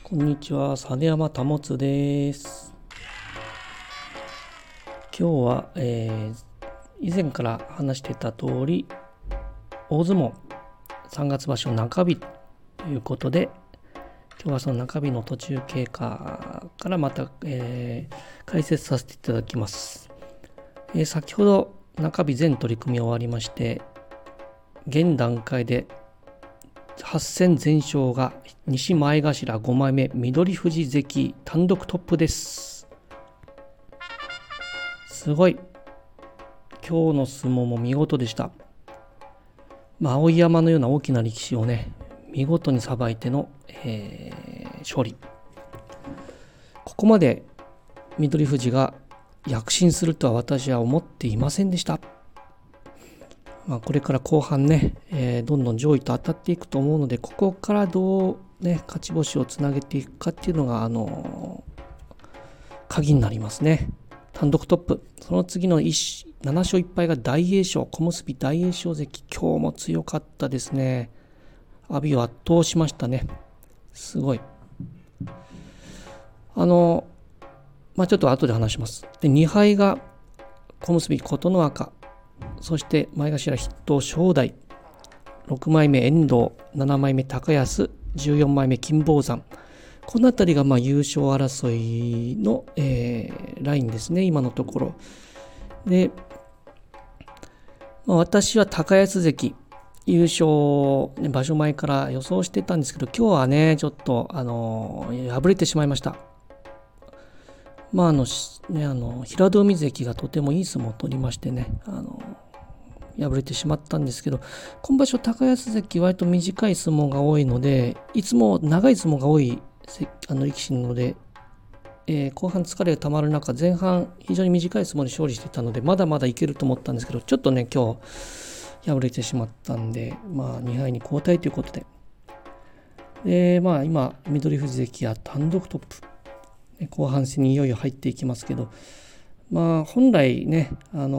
こんにちは、実山保です。今日は、以前から話していた通り、大相撲3月場所中日ということで、今日はその中日の途中経過からまた、解説させていただきます。先ほど中日全取り組み終わりまして、現段階で8戦全勝が西前頭5枚目翠富士関単独トップです。すごい。今日の相撲も見事でした。碧山のような大きな力士をね、見事にさばいての、勝利。ここまで翠富士が躍進するとは私は思っていませんでした。これから後半ね、どんどん上位と当たっていくと思うので、ここからどうね勝ち星をつなげていくかっていうのが鍵になりますね。単独トップ、その次の7勝1敗が大栄翔、小結大栄翔関、今日も強かったですね。阿炎を圧倒しましたね。すごい。ちょっと後で話します。で、2敗が小結琴ノ若、そして前頭筆頭正代、6枚目遠藤、7枚目高安、14枚目金峰山、このあたりが優勝争いの、ラインですね、今のところで。私は高安関優勝、場所前から予想してたんですけど、今日はねちょっと敗れてしまいました。平戸海関がとてもいい相撲を取りましてね、敗れてしまったんですけど、今場所高安関割と短い相撲が多いので、いつも長い相撲が多い力士なので、後半疲れがたまる中、前半非常に短い相撲で勝利していたので、まだまだいけると思ったんですけど、ちょっとね今日敗れてしまったんで、2敗に後退ということで、今翠富士関は単独トップ、後半戦にいよいよ入っていきますけど、本来ね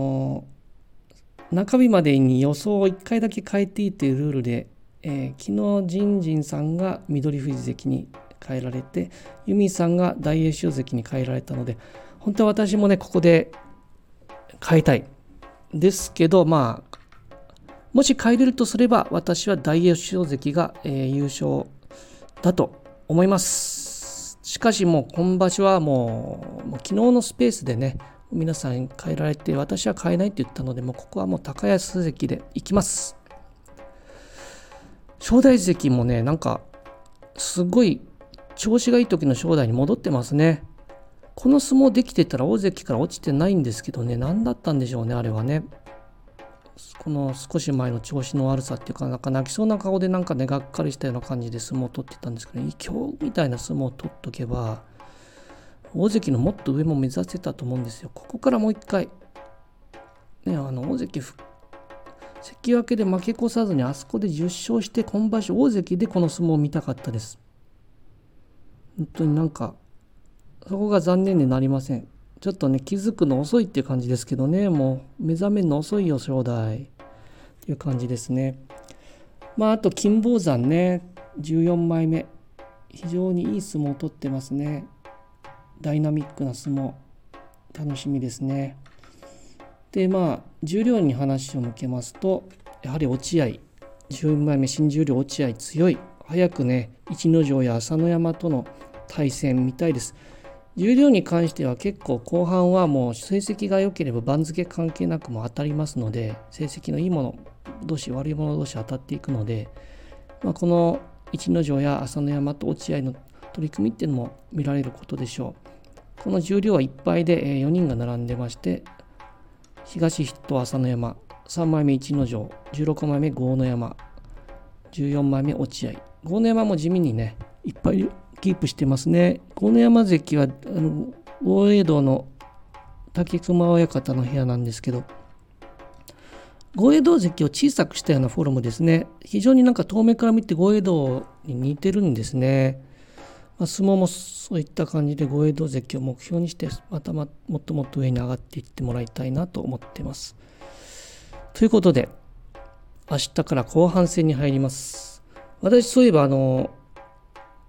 中日までに予想を1回だけ変えていいというルールで、昨日ジンジンさんが翠富士関に変えられて、ユミさんが大栄翔関に変えられたので、本当は私もねここで変えたいですけど、もし変えれるとすれば私は大栄翔関が、優勝だと思います。しかしもう今場所はもう昨日のスペースでね皆さん変えられて、私は変えないって言ったので、ここはもう高安関でいきます。正代関もねすごい調子がいい時の正代に戻ってますね。この相撲できてたら大関から落ちてないんですけどね、何だったんでしょうね、あれはね。この少し前の調子の悪さっていうか、泣きそうな顔でがっかりしたような感じで相撲を取ってたんですけど、今日みたいな相撲を取っとけば大関のもっと上も目指せたと思うんですよ。ここからもう一回ね、大関関脇で負け越さずにあそこで10勝して、今場所大関でこの相撲を見たかったです。本当にそこが残念でなりません。ちょっとね気づくの遅いっていう感じですけどね、もう目覚めるの遅いよ正代っていう感じですね。あと金峰山ね、14枚目、非常にいい相撲を取ってますね。ダイナミックな相撲、楽しみですね。で十両に話を向けますと、やはり落合、14枚目新十両落合強い。早くね逸ノ城や朝乃山との対戦見たいです。十両に関しては結構後半はもう成績が良ければ番付関係なくも当たりますので、成績のいいもの同士悪いもの同士当たっていくので、この逸ノ城や朝乃山と落合の取り組みっていうのも見られることでしょう。この十両は1敗で4人が並んでまして、東筆頭朝乃山、3枚目逸ノ城、16枚目豪ノ山、14枚目落合。豪ノ山も地味にねいっぱいキープしてますね。豪ノ山関は豪栄道の竹熊親方の部屋なんですけど、豪栄道関を小さくしたようなフォルムですね。非常に遠目から見て豪栄道に似てるんですね。相撲もそういった感じで豪栄道関を目標にして、またもっともっと上に上がっていってもらいたいなと思っています。ということで明日から後半戦に入ります。私そういえば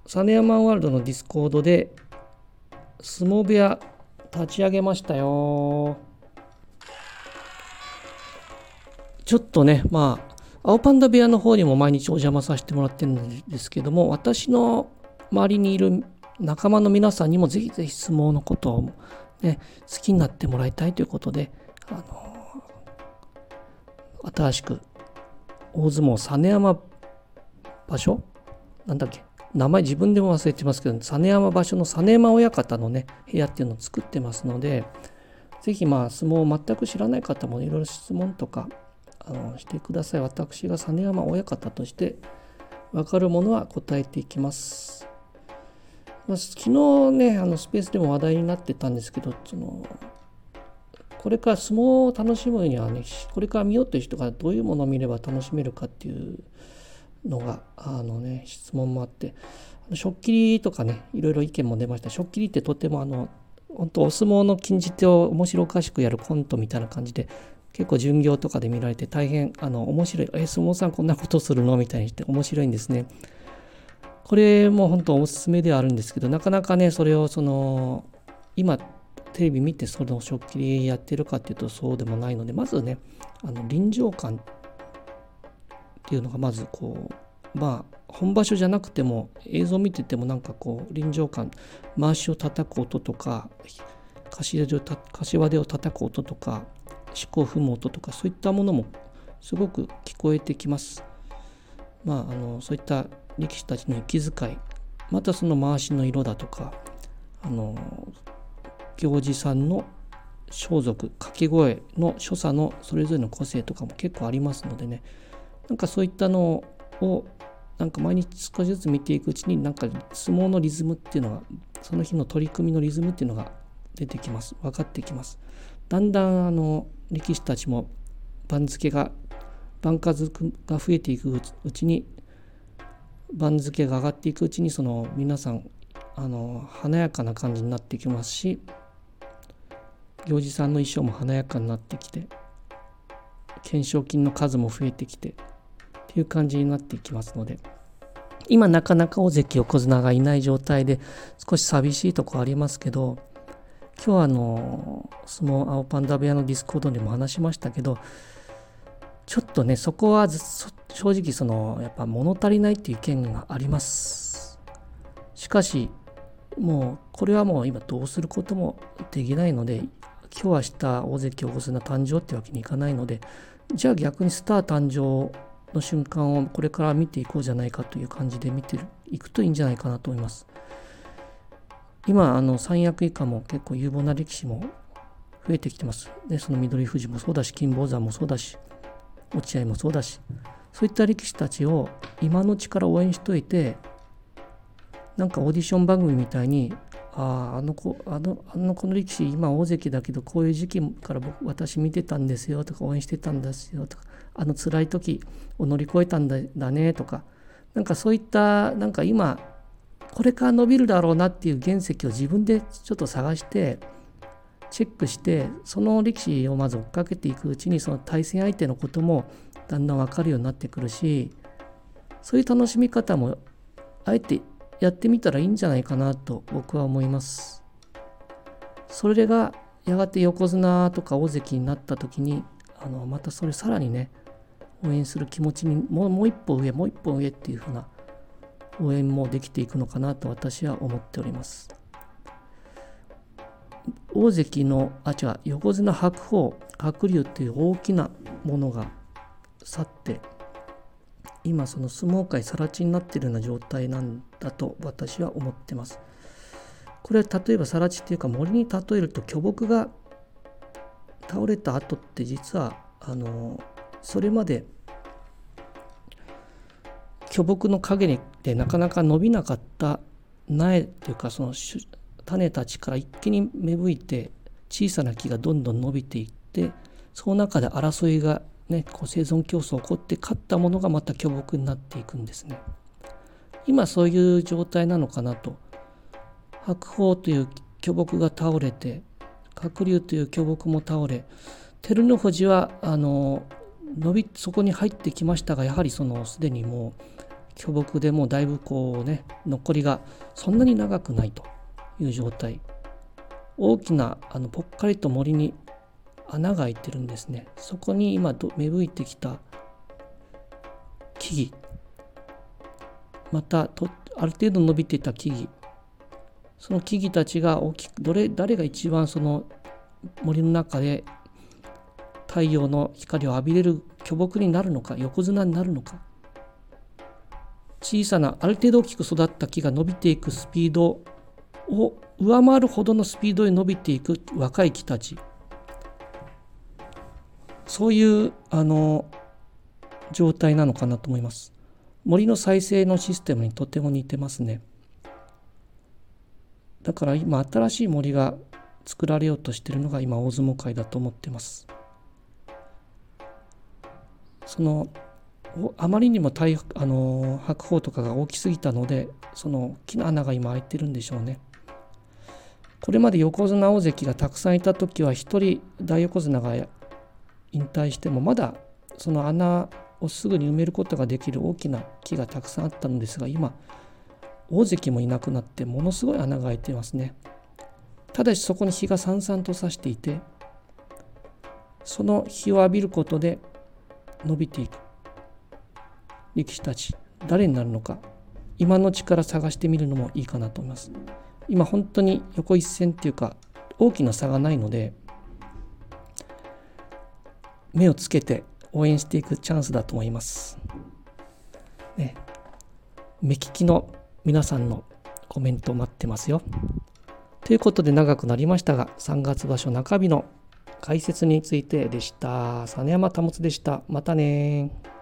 実山ワールドのディスコードで相撲部屋立ち上げましたよ。ちょっとね、青パンダ部屋の方にも毎日お邪魔させてもらってるんですけども、私の周りにいる仲間の皆さんにもぜひぜひ相撲のことを、ね、好きになってもらいたいということで、新しく大相撲実山場所なんだっけ、名前自分でも忘れてますけど、実山場所の実山親方のね部屋っていうのを作ってますので、ぜひ相撲を全く知らない方もいろいろ質問とかしてください。私が実山親方として分かるものは答えていきます。昨日ねスペースでも話題になってたんですけど、これから相撲を楽しむにはね、これから見ようという人がどういうものを見れば楽しめるかっていうのが質問もあって、食切りとかねいろいろ意見も出ました。食切りってとても本当お相撲の禁じ手を面白おかしくやるコントみたいな感じで、結構巡業とかで見られて大変面白い。相撲さんこんなことするのみたいにして面白いんですね。これも本当おすすめではあるんですけど、なかなかねそれを今テレビ見てその食切りやってるかっていうとそうでもないので、まずね臨場感っていうのがまず本場所じゃなくても映像見てても臨場感、回しを叩く音とか柏手を叩く音とか四股を踏む音とか、そういったものもすごく聞こえてきます。そういった力士たちの息遣い、またその回しの色だとか行司さんの装束、掛け声の所作のそれぞれの個性とかも結構ありますのでね、そういったのを毎日少しずつ見ていくうちに相撲のリズムっていうのが、その日の取り組みのリズムっていうのが出てきます。分かってきます。だんだん力士たちも番数が増えていくうちに、番付が上がっていくうちに皆さん華やかな感じになってきますし、行司さんの衣装も華やかになってきて、懸賞金の数も増えてきてっていう感じになっていきますので、今なかなか大関横綱がいない状態で少し寂しいところありますけど、今日相撲青パンダ部屋のディスコードでも話しましたけど、ちょっとねそこは正直やっぱ物足りないっていう意見があります。しかしもうこれはもう今どうすることもできないので、今日は明日大関横綱誕生ってわけにいかないので、じゃあ逆にスター誕生の瞬間をこれから見ていこうじゃないかという感じで見ていくといいんじゃないかなと思います。今三役以下も結構有望な力士も増えてきてます。でその翠富士もそうだし、金峰山もそうだし、落合もそうだし、そういった力士たちを今のうちから応援しといて、オーディション番組みたいにあの子の力士今大関だけどこういう時期から私見てたんですよとか、応援してたんですよとか、辛い時を乗り越えたんだねとか、そういった今これから伸びるだろうなっていう原石を自分でちょっと探してチェックして、その力士をまず追っかけていくうちに、その対戦相手のこともだんだん分かるようになってくるし、そういう楽しみ方もあえてやってみたらいいんじゃないかなと僕は思います。それがやがて横綱とか大関になった時にまたそれさらにね応援する気持ちにもう一歩上っていう風な応援もできていくのかなと私は思っております。大関の横綱白鵬白龍っていう大きなものが去って、今その相撲界更地になっているような状態なんだと私は思ってます。これは例えば更地っていうか森に例えると、巨木が倒れた後って実はそれまで巨木の陰でなかなか伸びなかった苗というか、その種たちから一気に芽吹いて小さな木がどんどん伸びていって、その中で争いがね生存競争が起こって、勝ったものがまた巨木になっていくんですね。今そういう状態なのかなと。白鵬という巨木が倒れて、鶴竜という巨木も倒れ、照ノ富士はそこに入ってきましたが、やはりすでにもう巨木でもうだいぶこうね、残りがそんなに長くないという状態。大きなぽっかりと森に穴が開いてるんですね。そこに今芽吹いてきた木々、またある程度伸びていた木々、その木々たちが大きく誰が一番その森の中で太陽の光を浴びれる巨木になるのか、横綱になるのか、小さなある程度大きく育った木が伸びていくスピードを上回るほどのスピードで伸びていく若い木たち、そういう状態なのかなと思います。森の再生のシステムにとても似てますね。だから今新しい森が作られようとしているのが今大相撲界だと思ってます。あまりにも白鵬とかが大きすぎたので、その木の穴が今開いてるんでしょうね。これまで横綱大関がたくさんいた時は一人大横綱が引退してもまだその穴をすぐに埋めることができる大きな木がたくさんあったのですが、今大関もいなくなってものすごい穴が開いていますね。ただしそこに日がさんさんと差していて、その日を浴びることで伸びていく力士たち、誰になるのか今のうちから探してみるのもいいかなと思います。今本当に横一線っていうか大きな差がないので、目をつけて応援していくチャンスだと思います、ね。目利きの皆さんのコメント待ってますよ。ということで長くなりましたが、3月場所中日の解説についてでした。実山保でした。またね。